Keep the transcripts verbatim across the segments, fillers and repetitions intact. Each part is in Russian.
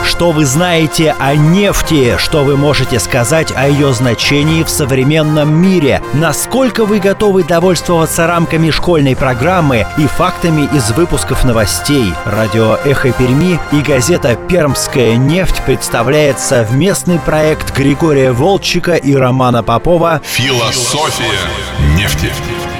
Что вы знаете о нефти? Что вы можете сказать о ее значении в современном мире? Насколько вы готовы довольствоваться рамками школьной программы и фактами из выпусков новостей? Радио «Эхо Перми» и газета «Пермская нефть» представляет совместный проект Григория Волчика и Романа Попова «Философия нефти».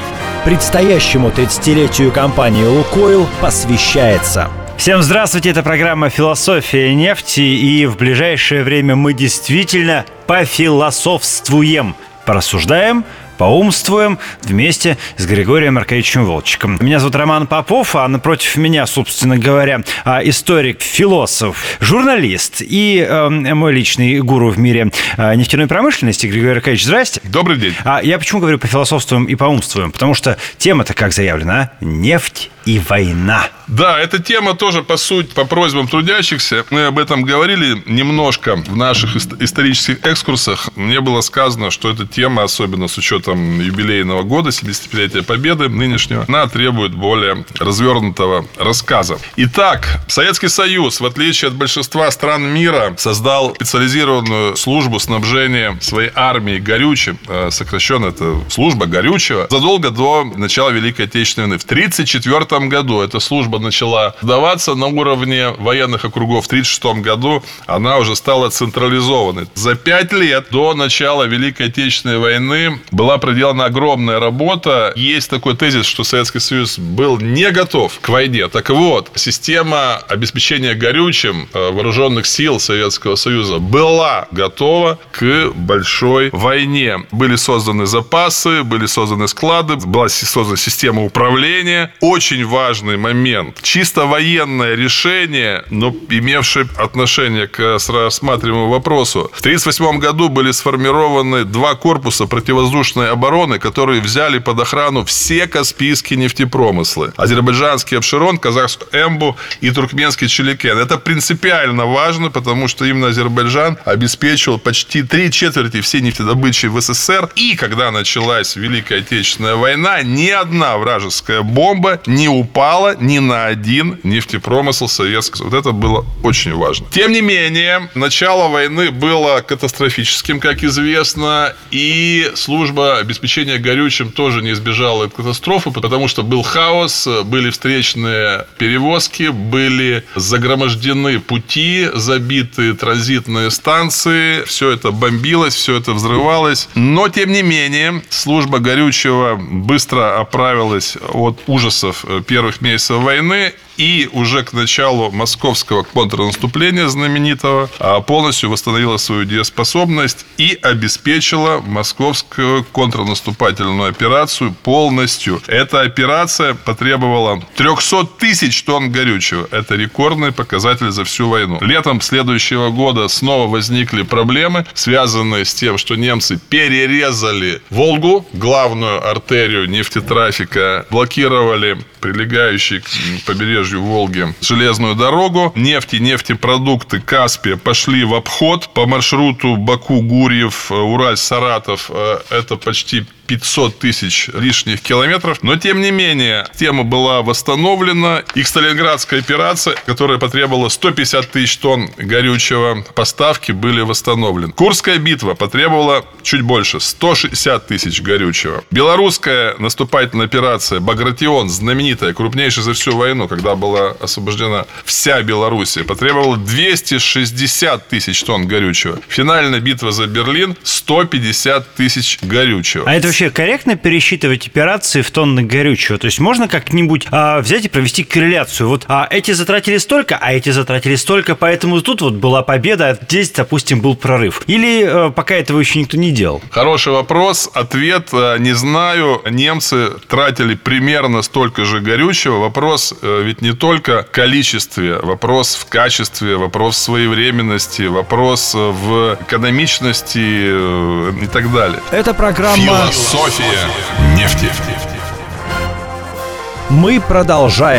Предстоящему тридцатилетию компании «Лукойл» посвящается. Всем здравствуйте, это программа «Философия нефти», и в ближайшее время мы действительно пофилософствуем, порассуждаем, поумствуем вместе с Григорием Аркадьевичем Волчиком. Меня зовут Роман Попов, а напротив меня, собственно говоря, историк, философ, журналист и э, мой личный гуру в мире э, нефтяной промышленности Григорий Аркадьевич, здрасте. Добрый день. А я почему говорю пофилософствуем и поумствуем? Потому что тема-то, как заявлено, а? Нефть и война. Да, эта тема тоже, по сути, по просьбам трудящихся. Мы об этом говорили немножко в наших исторических экскурсах. Мне было сказано, что эта тема, особенно с учетом юбилейного года, семидесятипятилетия Победы нынешнего, она требует более развернутого рассказа. Итак, Советский Союз, в отличие от большинства стран мира, создал специализированную службу снабжения своей армии горючим. Сокращенно это служба горючего. Задолго до начала Великой Отечественной войны. В тысяча девятьсот тридцать четвёртом году эта служба начала сдаваться на уровне военных округов. В тысяча девятьсот тридцать шестом году она уже стала централизованной. За пять лет до начала Великой Отечественной войны была проделана огромная работа. Есть такой тезис, что Советский Союз был не готов к войне. Так вот, система обеспечения горючим вооруженных сил Советского Союза была готова к большой войне. Были созданы запасы, были созданы склады, была создана система управления. Очень важный момент. Чисто военное решение, но имевшее отношение к рассматриваемому вопросу. В тысяча девятьсот тридцать восьмом году были сформированы два корпуса противовоздушной обороны, которые взяли под охрану все каспийские нефтепромыслы. Азербайджанский Абшерон, казахский Эмбу и туркменский Чиликен. Это принципиально важно, потому что именно Азербайджан обеспечивал почти три четверти всей нефтедобычи в СССР. И когда началась Великая Отечественная война, ни одна вражеская бомба не упала ни на один нефтепромысл советского. Вот это было очень важно. Тем не менее, начало войны было катастрофическим, как известно, и служба обеспечения горючим тоже не избежала этой катастрофы, потому что был хаос, были встречные перевозки, были загромождены пути, забиты транзитные станции, все это бомбилось, все это взрывалось. Но, тем не менее, служба горючего быстро оправилась от ужасов первых месяцев войны и уже к началу московского контрнаступления знаменитого полностью восстановила свою дееспособность и обеспечила московскую контрнаступательную операцию полностью. Эта операция потребовала триста тысяч тонн горючего. Это рекордный показатель за всю войну. Летом следующего года снова возникли проблемы, связанные с тем, что немцы перерезали Волгу, главную артерию нефтетрафика, блокировали прилегающий к побережью Волги железную дорогу. Нефть и нефтепродукты Каспия пошли в обход по маршруту Баку-Гурьев, Ураль-Саратов. Это почти пятьсот тысяч лишних километров. Но, тем не менее, тема была восстановлена. И Сталинградская операция, которая потребовала сто пятьдесят тысяч тонн горючего, поставки были восстановлены. Курская битва потребовала чуть больше, сто шестьдесят тысяч горючего. Белорусская наступательная операция Багратион, знаменитая, крупнейшая за всю войну, когда была освобождена вся Белоруссия, потребовала двести шестьдесят тысяч тонн горючего. Финальная битва за Берлин – сто пятьдесят тысяч горючего. А это вообще корректно пересчитывать операции в тонны горючего? То есть можно как-нибудь а, взять и провести корреляцию? Вот а эти затратили столько, а эти затратили столько, поэтому тут вот была победа, а здесь, допустим, был прорыв. Или а, пока этого еще никто не делал? Хороший вопрос. Ответ не знаю. Немцы тратили примерно столько же горючего. Вопрос ведь не только в количестве, вопрос в качестве, вопрос в своевременности, вопрос в экономичности и так далее. Это программа «Философия нефти». Мы продолжаем.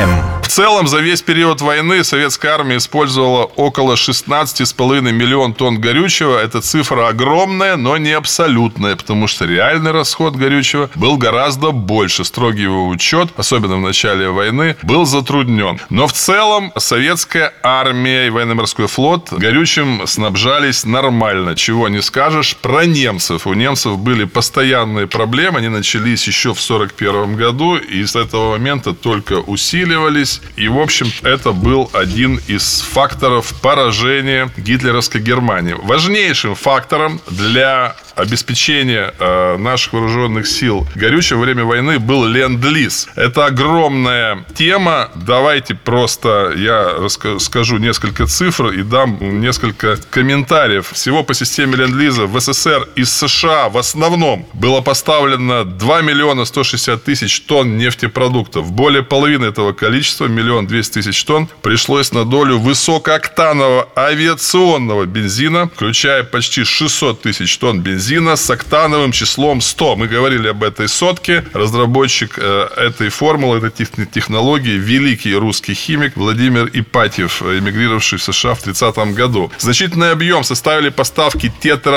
целом, за весь период войны советская армия использовала около шестнадцать с половиной миллион тонн горючего. Эта цифра огромная, но не абсолютная, потому что реальный расход горючего был гораздо больше. Строгий его учет, особенно в начале войны, был затруднен. Но в целом советская армия и военно-морской флот горючим снабжались нормально. Чего не скажешь про немцев. У немцев были постоянные проблемы. Они начались еще в сорок первом году и с этого момента только усиливались. И, в общем, это был один из факторов поражения гитлеровской Германии. Важнейшим фактором для обеспечения э, наших вооруженных сил горючим во время войны был ленд-лиз. Это огромная тема. Давайте просто я раска- скажу несколько цифр и дам несколько комментариев. Всего по системе ленд-лиза в СССР из США в основном было поставлено два миллиона сто шестьдесят тысяч тонн нефтепродуктов. Более половины этого количества, миллион двести тысяч тонн, пришлось на долю высокооктанового авиационного бензина, включая почти шестьсот тысяч тонн бензина с октановым числом сто. Мы говорили об этой сотке. Разработчик э, этой формулы, этой технологии, великий русский химик Владимир Ипатьев, эмигрировавший в США в тридцатом году. Значительный объем составили поставки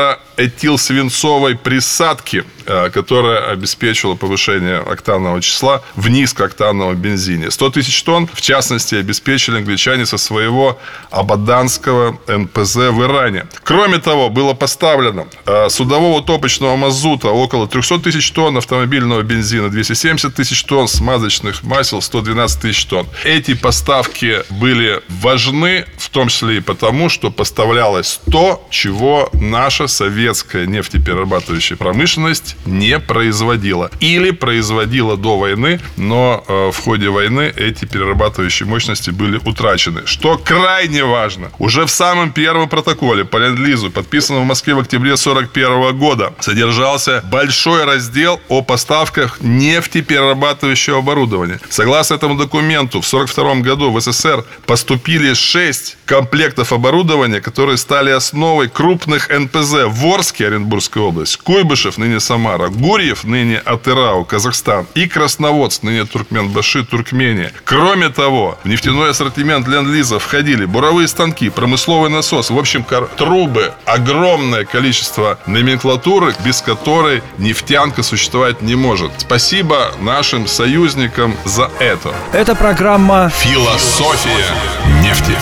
тетраэтилсвинцовой присадки, э, которая обеспечивала повышение октанового числа в низкооктановом бензине. сто тысяч тонн, в частности, обеспечили англичане со своего абаданского эн пэ зэ в Иране. Кроме того, было поставлено э, судового топочного мазута около триста тысяч тонн, автомобильного бензина двести семьдесят тысяч тонн, смазочных масел сто двенадцать тысяч тонн. Эти поставки были важны, в том числе и потому, что поставлялось то, чего наша советская нефтеперерабатывающая промышленность не производила. Или производила до войны, но э, в ходе войны эти перерабатывающие мощности были утрачены. Что крайне важно, уже в самом первом протоколе по ленд-лизу, подписанном в Москве в октябре сорок первого года, содержался большой раздел о поставках нефтеперерабатывающего оборудования. Согласно этому документу, в сорок втором году в СССР поступили шесть комплектов оборудования, которые стали основой крупных эн пэ зэ в Орске, Оренбургская область, Куйбышев, ныне Самара, Гурьев, ныне Атырау, Казахстан, и Красноводск, ныне Туркменбаши, Туркмения. Кроме того, в нефтяной ассортимент ленд-лиза входили буровые станки, промысловый насос, в общем, трубы, огромное количество номенклатуры, без которой нефтянка существовать не может. Спасибо нашим союзникам за это. Это программа «Философия нефти».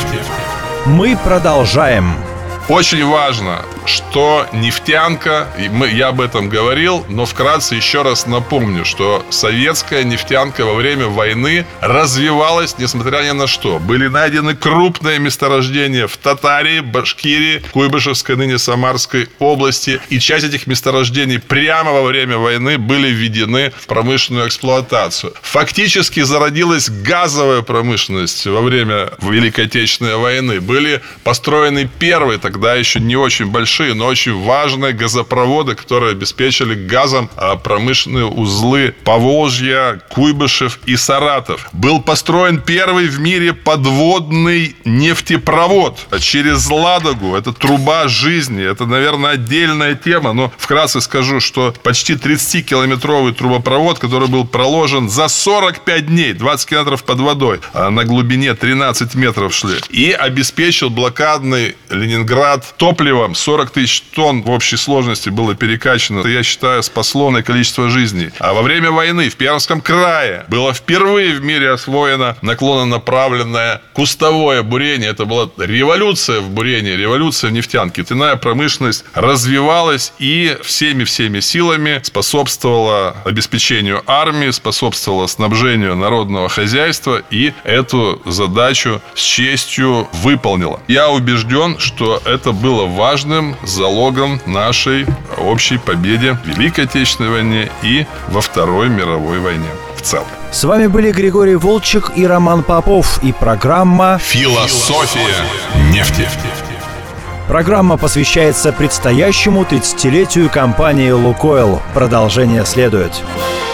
Мы продолжаем. Очень важно, что нефтянка, и мы, я об этом говорил, но вкратце еще раз напомню, что советская нефтянка во время войны развивалась, несмотря ни на что. Были найдены крупные месторождения в Татарии, Башкирии, Куйбышевской, ныне Самарской области. И часть этих месторождений прямо во время войны были введены в промышленную эксплуатацию. Фактически зародилась газовая промышленность во время Великой Отечественной войны. Были построены первые, тогда еще не очень большие, но очень важные газопроводы, которые обеспечили газом промышленные узлы Поволжья, Куйбышев и Саратов. Был построен первый в мире подводный нефтепровод через Ладогу. Это труба жизни. Это, наверное, отдельная тема, но вкратце скажу, что почти тридцатикилометровый трубопровод, который был проложен за сорок пять дней, двадцать километров под водой, на глубине тринадцать метров шли, и обеспечил блокадный Ленинград топливом. Сорок тысяч тонн в общей сложности было перекачано. Я считаю, спасло количество жизней. А во время войны в Пермском крае было впервые в мире освоено наклонно-направленное кустовое бурение. Это была революция в бурении, революция в нефтянке. Нефтяная промышленность развивалась и всеми-всеми силами способствовала обеспечению армии, способствовала снабжению народного хозяйства и эту задачу с честью выполнила. Я убежден, что это Это было важным залогом нашей общей победе в Великой Отечественной войне и во Второй мировой войне в целом. С вами были Григорий Волчек и Роман Попов и программа «Философия нефти». Программа посвящается предстоящему тридцатилетию компании «Лукойл». Продолжение следует.